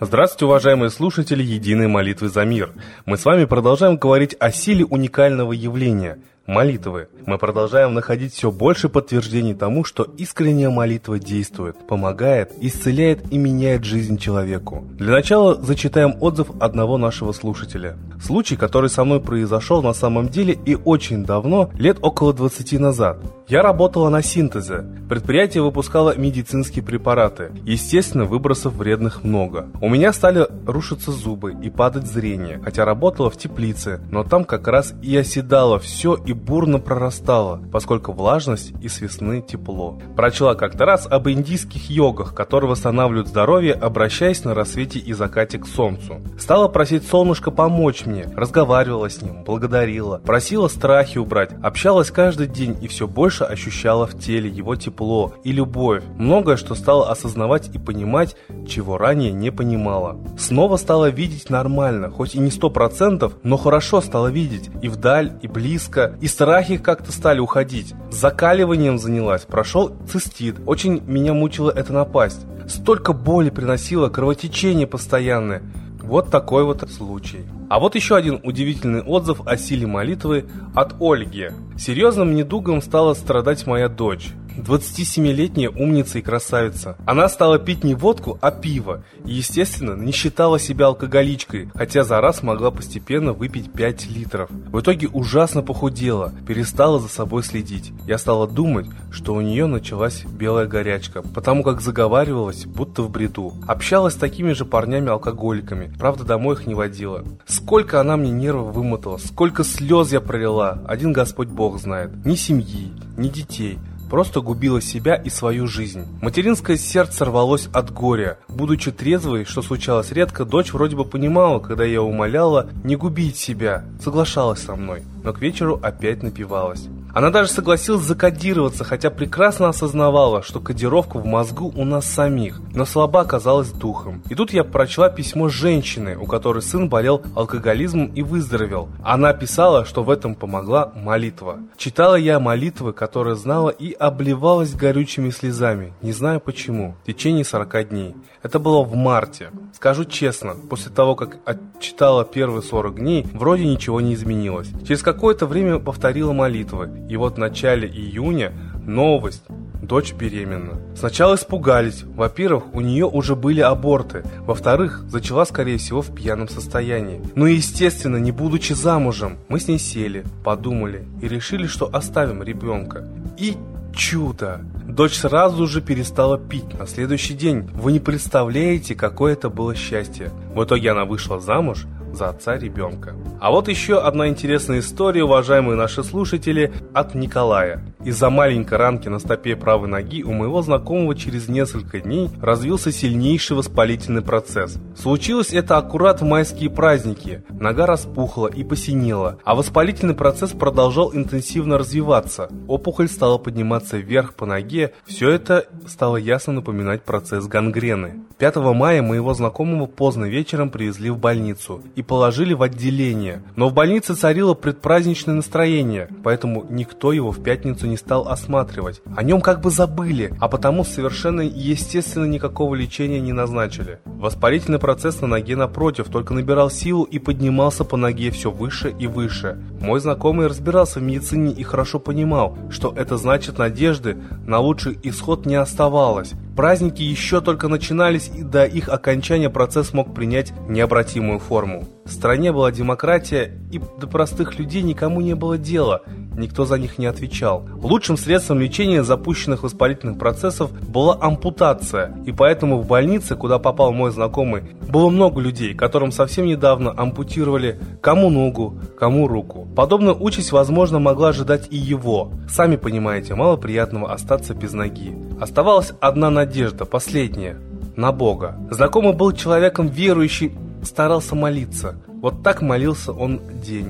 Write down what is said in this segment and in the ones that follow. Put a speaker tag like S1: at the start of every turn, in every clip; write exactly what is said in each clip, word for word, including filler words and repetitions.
S1: Здравствуйте, уважаемые слушатели Единой молитвы за мир. Мы с вами продолжаем говорить о силе уникального явления – молитвы. Мы продолжаем находить все больше подтверждений тому, что искренняя молитва действует, помогает, исцеляет и меняет жизнь человеку. Для начала зачитаем отзыв одного нашего слушателя. Случай, который со мной произошел на самом деле и очень давно, лет около двадцати назад. Я работала на синтезе. Предприятие выпускало медицинские препараты. Естественно, выбросов вредных много. У меня стали рушиться зубы и падать зрение, хотя работала в теплице, но там как раз и оседало все и бурно прорастало, поскольку влажность и с весны тепло. Прочла как-то раз об индийских йогах, которые восстанавливают здоровье, обращаясь на рассвете и закате к солнцу. Стала просить солнышко помочь мне, разговаривала с ним, благодарила, просила страхи убрать, общалась каждый день и все больше ощущала в теле его тепло и любовь. Многое, что стала осознавать и понимать, чего ранее не понимала. Снова стала видеть нормально, хоть и не сто процентов, но хорошо стала видеть и вдаль, и близко, и страхи как-то стали уходить. Закаливанием занялась, прошел цистит, очень меня мучила эта напасть. Столько боли приносила, кровотечение постоянное. Вот такой вот случай. А вот еще один удивительный отзыв о силе молитвы от Ольги. Серьезным недугом стала страдать моя дочь. двадцатисемилетняя умница и красавица. Она стала пить не водку, а пиво. И, естественно, не считала себя алкоголичкой, хотя за раз могла постепенно выпить пять литров. В итоге ужасно похудела, перестала за собой следить. Я стала думать, что у нее началась белая горячка, потому как заговаривалась, будто в бреду. Общалась с такими же парнями-алкоголиками, правда, домой их не водила. Сколько она мне нервов вымотала, сколько слез я пролила, один Господь Бог знает. Ни семьи, ни детей. Просто губила себя и свою жизнь. Материнское сердце рвалось от горя. Будучи трезвой, что случалось редко, дочь вроде бы понимала, когда я умоляла не губить себя, соглашалась со мной, но к вечеру опять напивалась. Она даже согласилась закодироваться, хотя прекрасно осознавала, что кодировка в мозгу у нас самих, но слаба оказалась духом. И тут я прочла письмо женщины, у которой сын болел алкоголизмом и выздоровел. Она писала, что в этом помогла молитва. Читала я молитвы, которые знала, и обливалась горючими слезами, не знаю почему, в течение сорока дней. Это было в марте. Скажу честно, после того, как отчитала первые сорок дней, вроде ничего не изменилось. Через какое-то время повторила молитвы. И вот в начале июня новость. Дочь беременна. Сначала испугались. Во-первых, у нее уже были аборты. Во-вторых, зачала, скорее всего, в пьяном состоянии. Ну и, естественно, не будучи замужем. Мы с ней сели, подумали и решили, что оставим ребенка. И чудо! Дочь сразу же перестала пить на следующий день. Вы не представляете, какое это было счастье. В итоге она вышла замуж за отца ребенка. А вот еще одна интересная история, уважаемые наши слушатели, от Николая. Из-за маленькой ранки на стопе правой ноги у моего знакомого через несколько дней развился сильнейший воспалительный процесс. Случилось это аккурат в майские праздники. Нога распухла и посинела, а воспалительный процесс продолжал интенсивно развиваться. Опухоль стала подниматься вверх по ноге. Все это стало ясно напоминать процесс гангрены. пятого мая моего знакомого поздно вечером привезли в больницу и положили в отделение. Но в больнице царило предпраздничное настроение, поэтому никто его в пятницу не стал осматривать. О нем как бы забыли, а потому совершенно естественно никакого лечения не назначили. Воспалительный процесс на ноге напротив только набирал силу и поднимался по ноге все выше и выше. Мой знакомый разбирался в медицине и хорошо понимал, что это значит, надежды на лучший исход не оставалось. Праздники еще только начинались, и до их окончания процесс мог принять необратимую форму. В стране была демократия, и до простых людей никому не было дела, никто за них не отвечал. Лучшим средством лечения запущенных воспалительных процессов была ампутация, и поэтому в больнице, куда попал мой знакомый, было много людей, которым совсем недавно ампутировали кому ногу, кому руку. Подобная участь, возможно, могла ожидать и его. Сами понимаете, мало приятного остаться без ноги. Оставалась одна надежда, последняя, на Бога. Знакомый был человеком верующим, старался молиться. Вот так молился он день.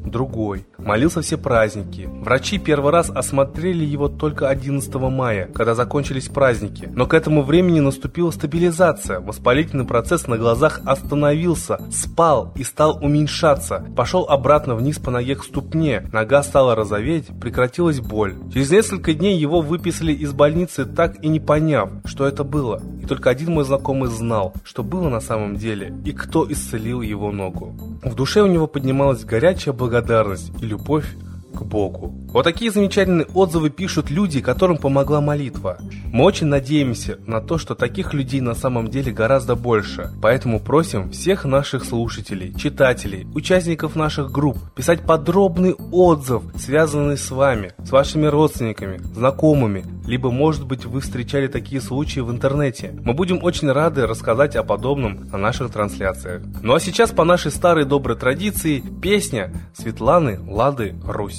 S1: другой. Молился все праздники. Врачи первый раз осмотрели его только одиннадцатого мая, когда закончились праздники. Но к этому времени наступила стабилизация. Воспалительный процесс на глазах остановился, спал и стал уменьшаться. Пошел обратно вниз по ноге к ступне. Нога стала розоветь, прекратилась боль. Через несколько дней его выписали из больницы, так и не поняв, что это было. И только один мой знакомый знал, что было на самом деле и кто исцелил его ногу. В душе у него поднималась горячая благодарность и любовь к Богу. Вот такие замечательные отзывы пишут люди, которым помогла молитва. Мы очень надеемся на то, что таких людей на самом деле гораздо больше. Поэтому просим всех наших слушателей, читателей, участников наших групп писать подробный отзыв, связанный с вами, с вашими родственниками, знакомыми, либо, может быть, вы встречали такие случаи в интернете. Мы будем очень рады рассказать о подобном на наших трансляциях. Ну а сейчас, по нашей старой доброй традиции, песня Светланы Лады Русь.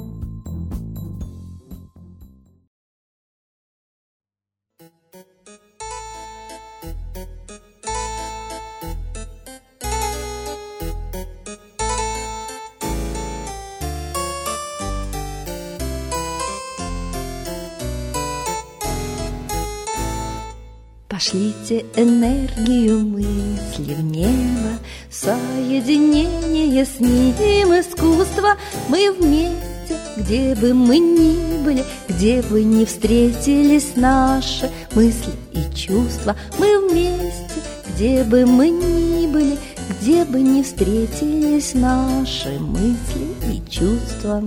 S2: Пошлите энергию мысли в небо, соединение с ним искусство. Мы вместе, где бы мы ни были, где бы ни встретились наши мысли и чувства. Мы вместе, где бы мы ни были, где бы ни встретились наши мысли и чувства.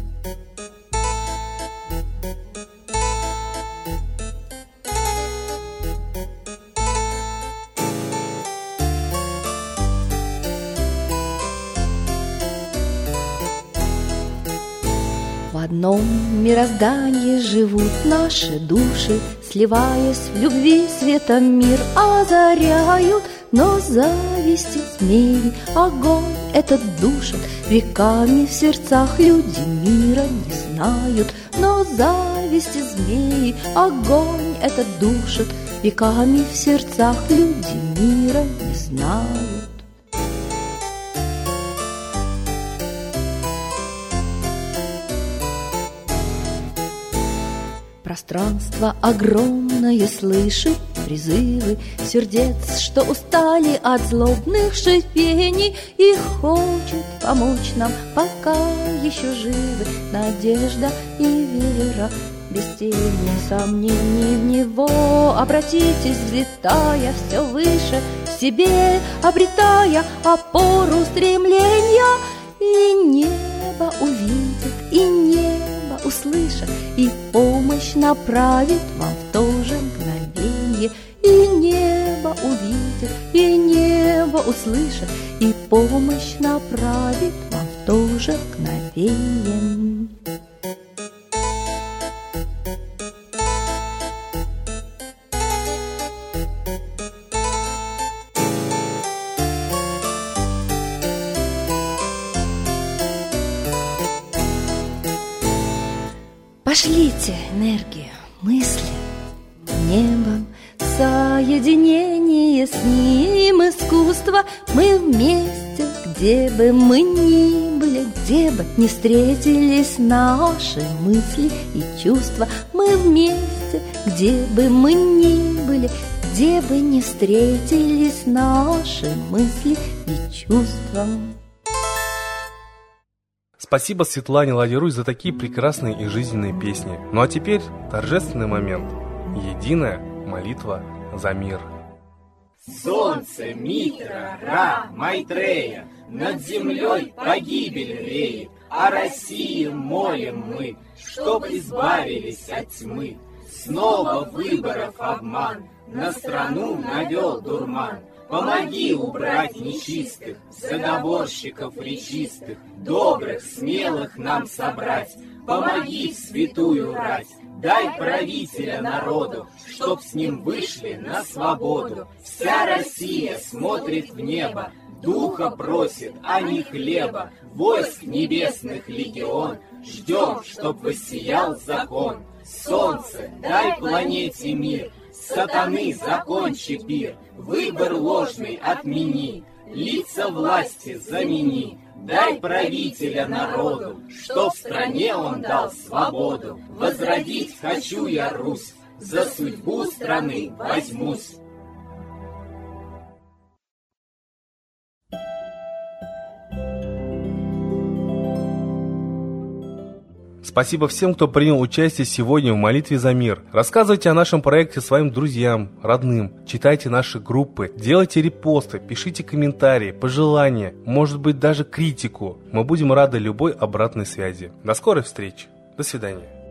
S2: В одном мироздании живут наши души, сливаясь в любви светом мир озаряют. Но зависти змеи огонь этот душит, веками в сердцах люди мира не знают. Но зависти змеи огонь этот душит, веками в сердцах люди мира не знают. Пространство огромное слышит призывы сердец, что устали от злобных шипений, и хочет помочь нам, пока еще живы надежда и вера. Без тени сомнений в него обратитесь, взлетая все выше, в себе обретая опору стремления. И небо увидит, и небо услышит, и помощь направит вам в то же мгновенье. И небо увидит, и небо услышит, и помощь направит вам в то же мгновенье. Пошлите энергию мысли небом, соединение с ним искусство. Мы вместе, где бы мы ни были, где бы ни встретились наши мысли и чувства. Мы вместе, где бы мы ни были, где бы ни встретились наши мысли и чувства.
S1: Спасибо Светлане Ладе Русь за такие прекрасные и жизненные песни. Ну а теперь торжественный момент. Единая молитва за мир.
S3: Солнце, Митра, Ра, Майтрея, над землей погибель реет. О России молим мы, чтоб избавились от тьмы. Снова выборов обман, на страну навел дурман. Помоги убрать нечистых, заговорщиков речистых, добрых, смелых нам собрать. Помоги в святую рать, дай правителя народу, чтоб с ним вышли на свободу. Вся Россия смотрит в небо, духа просит, а не хлеба. Войск небесных легион, ждем, чтоб воссиял закон. Солнце, дай планете мир, сатаны закончи пир, выбор ложный отмени. лица власти замени. Дай правителя народу, чтоб в стране он дал свободу. Возродить хочу я Русь, за судьбу страны возьмусь.
S1: Спасибо всем, кто принял участие сегодня в молитве за мир. Рассказывайте о нашем проекте своим друзьям, родным, читайте наши группы, делайте репосты, пишите комментарии, пожелания, может быть даже критику. Мы будем рады любой обратной связи. До скорой встречи. До свидания.